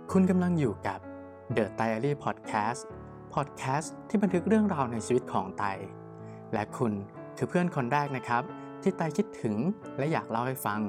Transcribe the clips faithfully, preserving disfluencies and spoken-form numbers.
คุณกำลังอยู่กับ The Diary Podcast Podcast ที่บันทึกเรื่องราวในชีวิตของไตและคุณคือเพื่อนคนแรกนะครับที่ไตคิดถึงและอยากเล่าให้ฟัง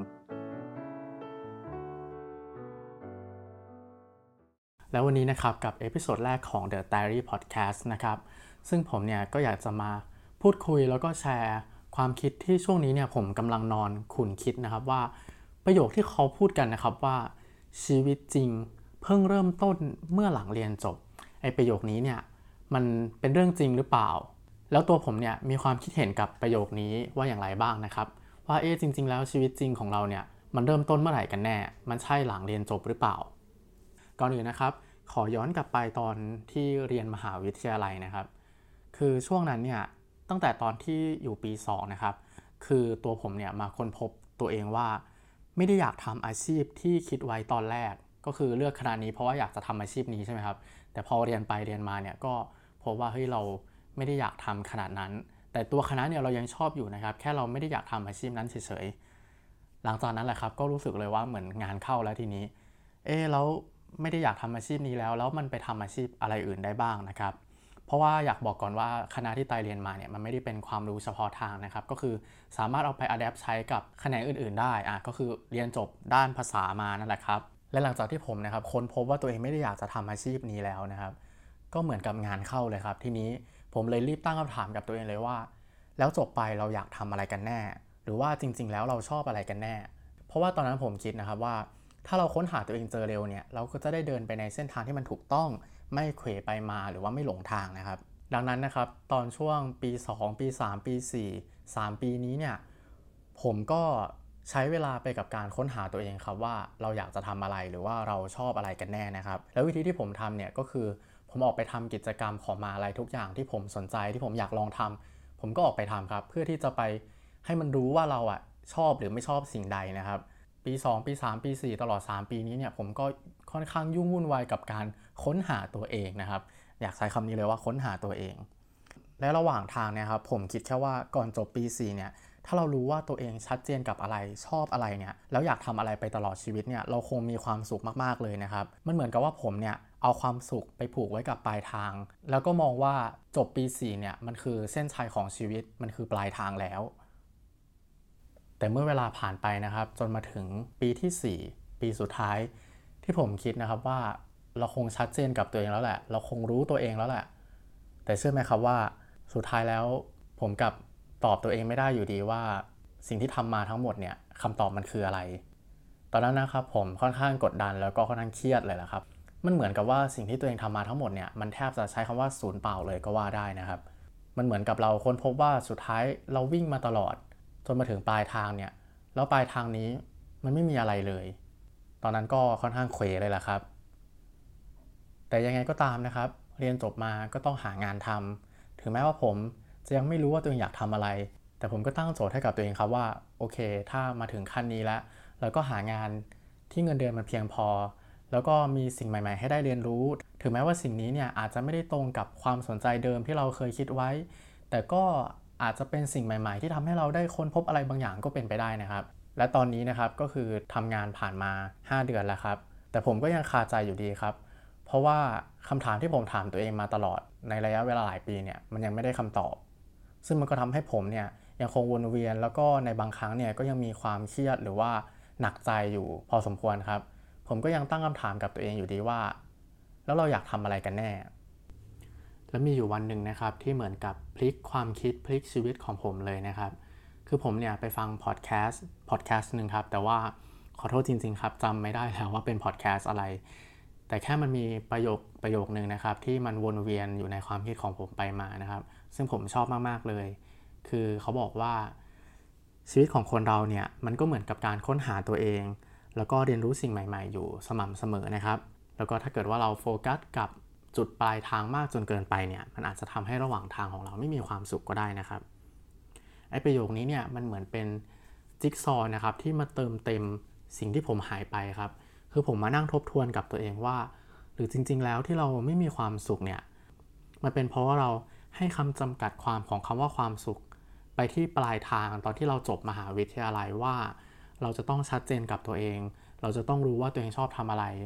แล้ววันนี้นะครับกับเอพิโซดแรกของ The Diary Podcast นะครับซึ่งผมเนี่ยก็อยากจะมาพูดคุยแล้วก็แชร์ความคิดที่ช่วงนี้เนี่ยผมกำลังนอนขุ่นคิดนะครับว่าประโยคที่เขาพูดกันนะครับว่าชีวิตจริงเพิ่งเริ่มต้นเมื่อหลังเรียนจบไอ้ประโยคนี้เนี่ยมันเป็นเรื่องจริงหรือเปล่าแล้วตัวผมเนี่ยมีความคิดเห็นกับประโยคนี้ว่าอย่างไรบ้างนะครับว่าเอ๊ะจริงๆแล้วชีวิตจริงของเราเนี่ยมันเริ่มต้นเมื่อไหร่กันแน่มันใช่หลังเรียนจบหรือเปล่าก่อนอื่นนะครับขอย้อนกลับไปตอนที่เรียนมหาวิทยาลัยนะครับคือช่วงนั้นเนี่ยตั้งแต่ตอนที่อยู่ปีสองนะครับคือตัวผมเนี่ยมาค้นพบตัวเองว่าไม่ได้อยากทำอาชีพที่คิดไว้ตอนแรกก็คือเลือกคณะนี้เพราะว่าอยากจะทำอาชีพนี้ใช่ไหมครับแต่พอเรียนไปเรียนมาเนี่ยก็พบว่าเฮ้ยเราไม่ได้อยากทำขนาดนั้นแต่ตัวคณะเนี่ยเรายังชอบอยู่นะครับแค่เราไม่ได้อยากทำอาชีพนั้นเฉยๆหลังจากนั้นแหละครับก็รู้สึกเลยว่าเหมือนงานเข้าแล้วทีนี้เอ๊ะแล้วไม่ได้อยากทำอาชีพนี้แล้วแล้วมันไปทำอาชีพอะไรอื่นได้บ้างนะครับเพราะว่าอยากบอกก่อนว่าคณะที่ไตเรียนมาเนี่ยมันไม่ได้เป็นความรู้เฉพาะทางนะครับก็คือสามารถเอาไปอัดแอปใช้กับแขนงอื่นๆได้อ่ะก็คือเรียนจบด้านภาษามานั่นแหละครับและหลังจากที่ผมนะครับค้นพบว่าตัวเองไม่ได้อยากจะทำอาชีพนี้แล้วนะครับก็เหมือนกับงานเข้าเลยครับทีนี้ผมเลยรีบตั้งคำถามกับตัวเองเลยว่าแล้วจบไปเราอยากทำอะไรกันแน่หรือว่าจริงๆแล้วเราชอบอะไรกันแน่เพราะว่าตอนนั้นผมคิดนะครับว่าถ้าเราค้นหาตัวเองเจอเร็วเนี่ยเราก็จะได้เดินไปในเส้นทางที่มันถูกต้องไม่เขวไปมาหรือว่าไม่หลงทางนะครับดังนั้นนะครับตอนช่วงปีสองปีสามปีสี่ สามปีนี้เนี่ยผมก็ใช้เวลาไปกับการค้นหาตัวเองครับว่าเราอยากจะทำอะไรหรือว่าเราชอบอะไรกันแน่นะครับแล้ววิธีที่ผมทำเนี่ยก็คือผมออกไปทำกิจกรรมของมหาลัยทุกอย่างที่ผมสนใจที่ผมอยากลองทำผมก็ออกไปทำครับเพื่อที่จะไปให้มันรู้ว่าเราอะชอบหรือไม่ชอบสิ่งใดนะครับปีสองปีสามปีสี่ตลอดสามปีนี้เนี่ยผมก็ค่อนข้างยุ่งวุ่นวายกับการค้นหาตัวเองนะครับอยากใช้คำนี้เลยว่าค้นหาตัวเองและระหว่างทางเนี่ยครับผมคิดแค่ว่าก่อนจบปีสี่เนี่ยถ้าเรารู้ว่าตัวเองชัดเจนกับอะไรชอบอะไรเนี่ยแล้วอยากทำอะไรไปตลอดชีวิตเนี่ยเราคงมีความสุขมากๆเลยนะครับมันเหมือนกับว่าผมเนี่ยเอาความสุขไปผูกไว้กับปลายทางแล้วก็มองว่าจบปีสี่เนี่ยมันคือเส้นชัยของชีวิตมันคือปลายทางแล้วแต่เมื่อเวลาผ่านไปนะครับจนมาถึงปีที่สี่ปีสุดท้ายที่ผมคิดนะครับว่าเราคงชัดเจนกับตัวเองแล้วแหละเราคงรู้ตัวเองแล้วแหละแต่เชื่อไหมครับว่าสุดท้ายแล้วผมกับตอบตัวเองไม่ได้อยู่ดีว่าสิ่งที่ทำมาทั้งหมดเนี่ยคำตอบมันคืออะไรตอนนั้นนะครับผมค่อนข้างกดดันแล้วก็ค่อนข้างเครียดเลยแหละครับมันเหมือนกับว่าสิ่งที่ตัวเองทำมาทั้งหมดเนี่ยมันแทบจะใช้คำว่าศูนย์เปล่าเลยก็ว่าได้นะครับมันเหมือนกับเราค้นพบว่าสุดท้ายเราวิ่งมาตลอดจนมาถึงปลายทางเนี่ยแล้วปลายทางนี้มันไม่มีอะไรเลยตอนนั้นก็ค่อนข้างเขวเลยแหละครับแต่ยังไงก็ตามนะครับเรียนจบมาก็ต้องหางานทำถึงแม้ว่าผมจะยังไม่รู้ว่าตัวเองอยากทำอะไรแต่ผมก็ตั้งโจทย์ให้กับตัวเองครับว่าโอเคถ้ามาถึงขั้นนี้แล้วแล้วก็หางานที่เงินเดือนมันเพียงพอแล้วก็มีสิ่งใหม่ๆให้ได้เรียนรู้ถึงแม้ว่าสิ่งนี้เนี่ยอาจจะไม่ได้ตรงกับความสนใจเดิมที่เราเคยคิดไว้แต่ก็อาจจะเป็นสิ่งใหม่ๆที่ทำให้เราได้ค้นพบอะไรบางอย่างก็เป็นไปได้นะครับและตอนนี้นะครับก็คือทำงานผ่านมาห้าเดือนแล้วครับแต่ผมก็ยังคาใจอยู่ดีครับเพราะว่าคำถามที่ผมถามตัวเองมาตลอดในระยะเวลาหลายปีเนี่ยมันยังไม่ได้คำตอบซึ่งมันก็ทำให้ผมเนี่ยยังคงวนเวียนแล้วก็ในบางครั้งเนี่ยก็ยังมีความเครียดหรือว่าหนักใจอยู่พอสมควรครับผมก็ยังตั้งคำถามกับตัวเองอยู่ดีว่าแล้วเราอยากทำอะไรกันแน่แล้วมีอยู่วันหนึ่งนะครับที่เหมือนกับพลิกความคิดพลิกชีวิตของผมเลยนะครับคือผมเนี่ยไปฟังพอดแคสต์พอดแคสต์นึงครับแต่ว่าขอโทษจริงๆครับจำไม่ได้แล้วว่าเป็นพอดแคสต์อะไรแต่แค่มันมีประโยคประโยคนึงนะครับที่มันวนเวียนอยู่ในความคิดของผมไปมานะครับซึ่งผมชอบมากๆเลยคือเขาบอกว่าชีวิตของคนเราเนี่ยมันก็เหมือนกับการค้นหาตัวเองแล้วก็เรียนรู้สิ่งใหม่ๆอยู่สม่ำเสมอนะครับแล้วก็ถ้าเกิดว่าเราโฟกัสกับจุดปลายทางมากจนเกินไปเนี่ยมันอาจจะทำให้ระหว่างทางของเราไม่มีความสุขก็ได้นะครับไอ้ประโยคนี้เนี่ยมันเหมือนเป็นจิ๊กซอว์นะครับที่มาเติมเต็มสิ่งที่ผมหายไปครับคือผมมานั่งทบทวนกับตัวเองว่าหรือจริงๆแล้วที่เราไม่มีความสุขเนี่ยมันเป็นเพราะว่าเราให้คำจำกัดความของคำว่าความสุขไปที่ปลายทางตอนที่เราจบมหาวิทยาลัยว่าเราจะต้องชัดเจนกับตัวเองเราจะต้องรู้ว่าตัวเองชอบทำอะไร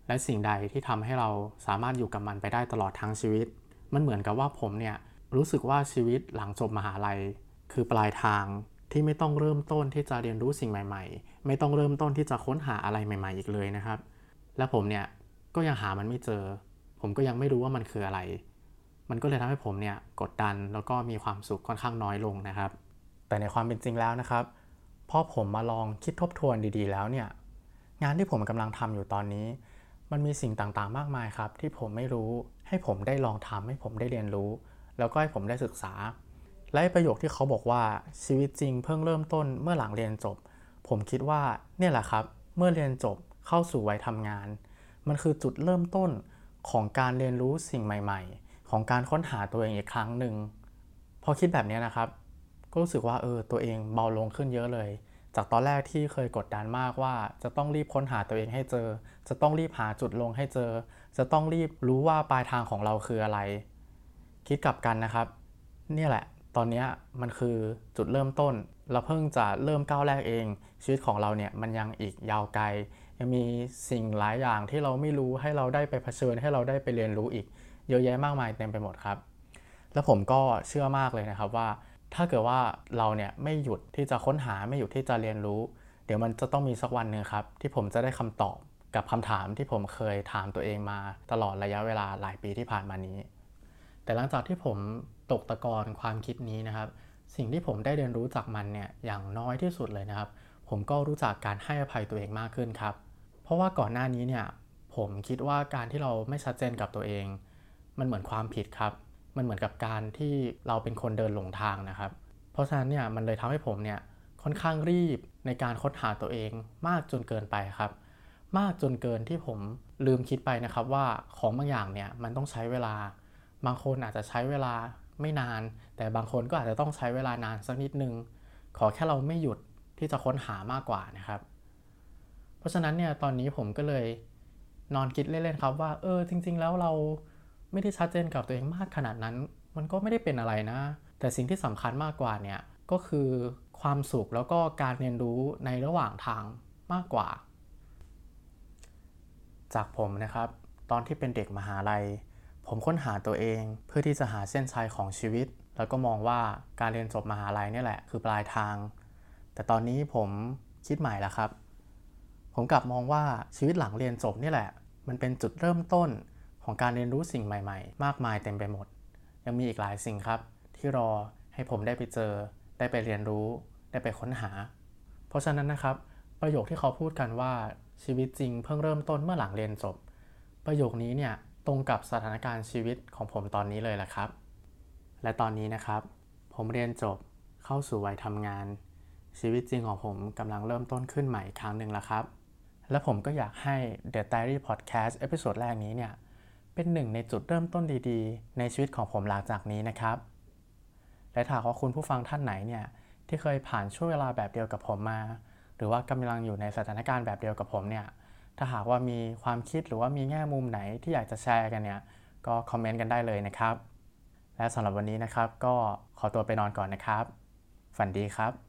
และสิ่งใดที่ทำให้เราสามารถอยู่กับมันไปได้ตลอดทั้งชีวิตมันเหมือนกับว่าผมเนี่ยรู้สึกว่าชีวิตหลังจบมหาลัยคือปลายทางที่ไม่ต้องเริ่มต้นที่จะเรียนรู้สิ่งใหม่ๆไม่ต้องเริ่มต้นที่จะค้นหาอะไรใหม่ๆอีกเลยนะครับและผมเนี่ยก็ยังหามันไม่เจอผมก็ยังไม่รู้ว่ามันคืออะไรมันก็เลยทำให้ผมเนี่ยกดดันแล้วก็มีความสุขค่อนข้างน้อยลงนะครับแต่ในความเป็นจริงแล้วนะครับพอผมมาลองคิดทบทวนดีๆแล้วเนี่ยงานที่ผมกำลังทำอยู่ตอนนี้มันมีสิ่งต่างๆมากมายครับที่ผมไม่รู้ให้ผมได้ลองทำให้ผมได้เรียนรู้แล้วก็ให้ผมได้ศึกษาและประโยคที่เขาบอกว่าชีวิตจริงเพิ่งเริ่มต้นเมื่อหลังเรียนจบผมคิดว่าเนี่ยแหละครับเมื่อเรียนจบเข้าสู่วัยทำงานมันคือจุดเริ่มต้นของการเรียนรู้สิ่งใหม่ๆของการค้นหาตัวเองอีกครั้งหนึ่งพอคิดแบบนี้นะครับก็รู้สึกว่าเออตัวเองเบาลงขึ้นเยอะเลยจากตอนแรกที่เคยกดดันมากว่าจะต้องรีบค้นหาตัวเองให้เจอจะต้องรีบหาจุดลงให้เจอจะต้องรีบรู้ว่าปลายทางของเราคืออะไรคิดกลับกันนะครับเนี่ยแหละตอนนี้มันคือจุดเริ่มต้นเราเพิ่งจะเริ่มก้าวแรกเองชีวิตของเราเนี่ยมันยังอีกยาวไกลยังมีสิ่งหลายอย่างที่เราไม่รู้ให้เราได้ไปเผชิญให้เราได้ไปเรียนรู้อีกเยอะแยะมากมายเต็มไปหมดครับแล้วผมก็เชื่อมากเลยนะครับว่าถ้าเกิดว่าเราเนี่ยไม่หยุดที่จะค้นหาไม่หยุดที่จะเรียนรู้เดี๋ยวมันจะต้องมีสักวันหนึ่งครับที่ผมจะได้คำตอบกับคำถามที่ผมเคยถามตัวเองมาตลอดระยะเวลาหลายปีที่ผ่านมานี้แต่หลังจากที่ผมตกตะกอนความคิดนี้นะครับสิ่งที่ผมได้เรียนรู้จากมันเนี่ยอย่างน้อยที่สุดเลยนะครับผมก็รู้จักการให้อภัยตัวเองมากขึ้นครับเพราะว่าก่อนหน้านี้เนี่ยผมคิดว่าการที่เราไม่ชัดเจนกับตัวเองมันเหมือนความผิดครับมันเหมือนกับการที่เราเป็นคนเดินหลงทางนะครับเพราะฉะนั้นเนี่ยมันเลยทำให้ผมเนี่ยค่อนข้างรีบในการค้นหาตัวเองมากจนเกินไปครับมากจนเกินที่ผมลืมคิดไปนะครับว่าของบางอย่างเนี่ยมันต้องใช้เวลาบางคนอาจจะใช้เวลาไม่นานแต่บางคนก็อาจจะต้องใช้เวลานานสักนิดนึงขอแค่เราไม่หยุดที่จะค้นหามากกว่านะครับเพราะฉะนั้นเนี่ยตอนนี้ผมก็เลยนอนคิดเล่นๆครับว่าเออจริงๆแล้วเราไม่ได้ชัดเจนกับตัวเองมากขนาดนั้นมันก็ไม่ได้เป็นอะไรนะแต่สิ่งที่สำคัญมากกว่าเนี่ยก็คือความสุขแล้วก็การเรียนรู้ในระหว่างทางมากกว่าจากผมนะครับตอนที่เป็นเด็กมหาลัยผมค้นหาตัวเองเพื่อที่จะหาเส้นชัยของชีวิตแล้วก็มองว่าการเรียนจบมหาลัยนี่แหละคือปลายทางแต่ตอนนี้ผมคิดใหม่แล้วครับผมกลับมองว่าชีวิตหลังเรียนจบนี่แหละมันเป็นจุดเริ่มต้นของการเรียนรู้สิ่งใหม่ๆมากมายเต็มไปหมดยังมีอีกหลายสิ่งครับที่รอให้ผมได้ไปเจอได้ไปเรียนรู้ได้ไปค้นหาเพราะฉะนั้นนะครับประโยคที่เขาพูดกันว่าชีวิตจริงเพิ่งเริ่มต้นเมื่อหลังเรียนจบประโยคนี้เนี่ยตรงกับสถานการณ์ชีวิตของผมตอนนี้เลยแหละครับและตอนนี้นะครับผมเรียนจบเข้าสู่วัยทำงานชีวิตจริงของผมกำลังเริ่มต้นขึ้นใหม่อีกครั้งหนึ่งแล้วครับและผมก็อยากให้ The Diary Podcast เอพิโซดแรกนี้เนี่ยเป็นหนึ่งในจุดเริ่มต้นดีๆในชีวิตของผมหลังจากนี้นะครับและถ้าว่าคุณผู้ฟังท่านไหนเนี่ยที่เคยผ่านช่วงเวลาแบบเดียวกับผมมาหรือว่ากำลังอยู่ในสถานการณ์แบบเดียวกับผมเนี่ยถ้าหากว่ามีความคิดหรือว่ามีแง่มุมไหนที่อยากจะแชร์กันเนี่ยก็คอมเมนต์กันได้เลยนะครับและสำหรับวันนี้นะครับก็ขอตัวไปนอนก่อนนะครับฝันดีครับ